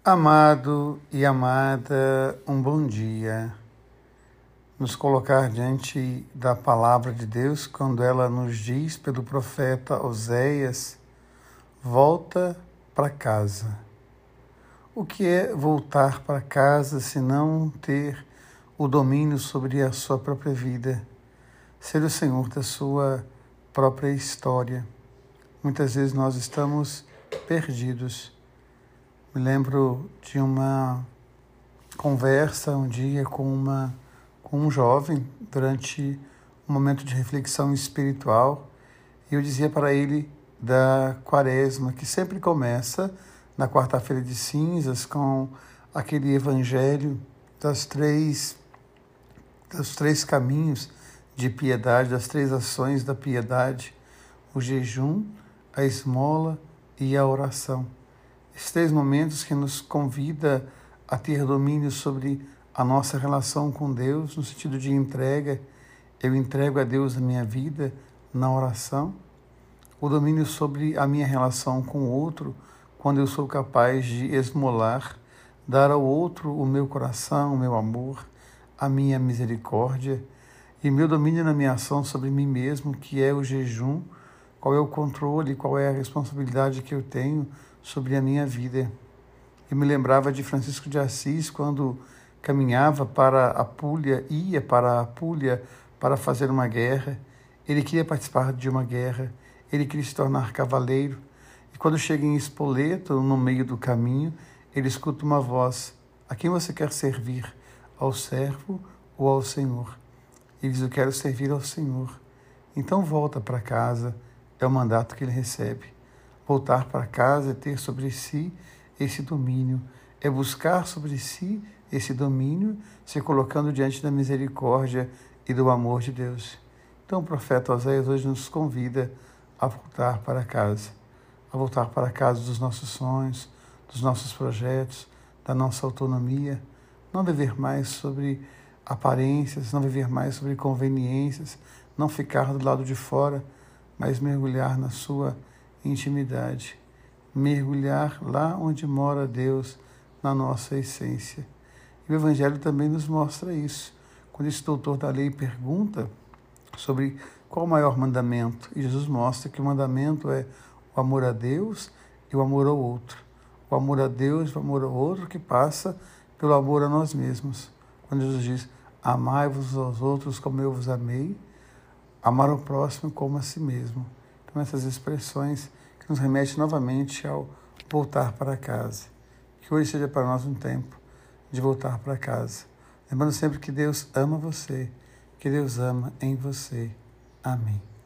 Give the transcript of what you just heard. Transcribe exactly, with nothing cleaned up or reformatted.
Amado e amada, um bom dia. Nos colocar diante da palavra de Deus quando ela nos diz pelo profeta Oséias: volta para casa. O que é voltar para casa se não ter o domínio sobre a sua própria vida, ser o Senhor da sua própria história? Muitas vezes nós estamos perdidos. Me lembro de uma conversa um dia com, uma, com um jovem durante um momento de reflexão espiritual, e eu dizia para ele da quaresma, que sempre começa na quarta-feira de cinzas com aquele evangelho das três, dos três caminhos de piedade, das três ações da piedade: o jejum, a esmola e a oração. Esses três momentos que nos convida a ter domínio sobre a nossa relação com Deus, no sentido de entrega. Eu entrego a Deus a minha vida na oração. O domínio sobre a minha relação com o outro, quando eu sou capaz de esmolar, dar ao outro o meu coração, o meu amor, a minha misericórdia. E meu domínio na minha ação sobre mim mesmo, que é o jejum. Qual é o controle, qual é a responsabilidade que eu tenho sobre a minha vida. Eu me lembrava de Francisco de Assis, quando caminhava para a Puglia, ia para a Puglia para fazer uma guerra. Ele queria participar de uma guerra, ele queria se tornar cavaleiro. E quando chega em Spoleto, no meio do caminho, ele escuta uma voz: a quem você quer servir? Ao servo ou ao Senhor? Ele diz: eu quero servir ao Senhor. Então volta para casa, é o mandato que ele recebe. Voltar para casa é ter sobre si esse domínio, é buscar sobre si esse domínio, se colocando diante da misericórdia e do amor de Deus. Então o profeta Oséias hoje nos convida a voltar para casa, a voltar para casa dos nossos sonhos, dos nossos projetos, da nossa autonomia, não viver mais sobre aparências, não viver mais sobre conveniências, não ficar do lado de fora, mas mergulhar na sua intimidade, mergulhar lá onde mora Deus, na nossa essência. E o Evangelho também nos mostra isso. Quando esse doutor da lei pergunta sobre qual o maior mandamento, e Jesus mostra que o mandamento é o amor a Deus e o amor ao outro. O amor a Deus e o amor ao outro que passa pelo amor a nós mesmos. Quando Jesus diz: amai-vos aos outros como eu vos amei, amar o próximo como a si mesmo. Então, essas expressões que nos remetem novamente ao voltar para casa. Que hoje seja para nós um tempo de voltar para casa. Lembrando sempre que Deus ama você, que Deus ama em você. Amém.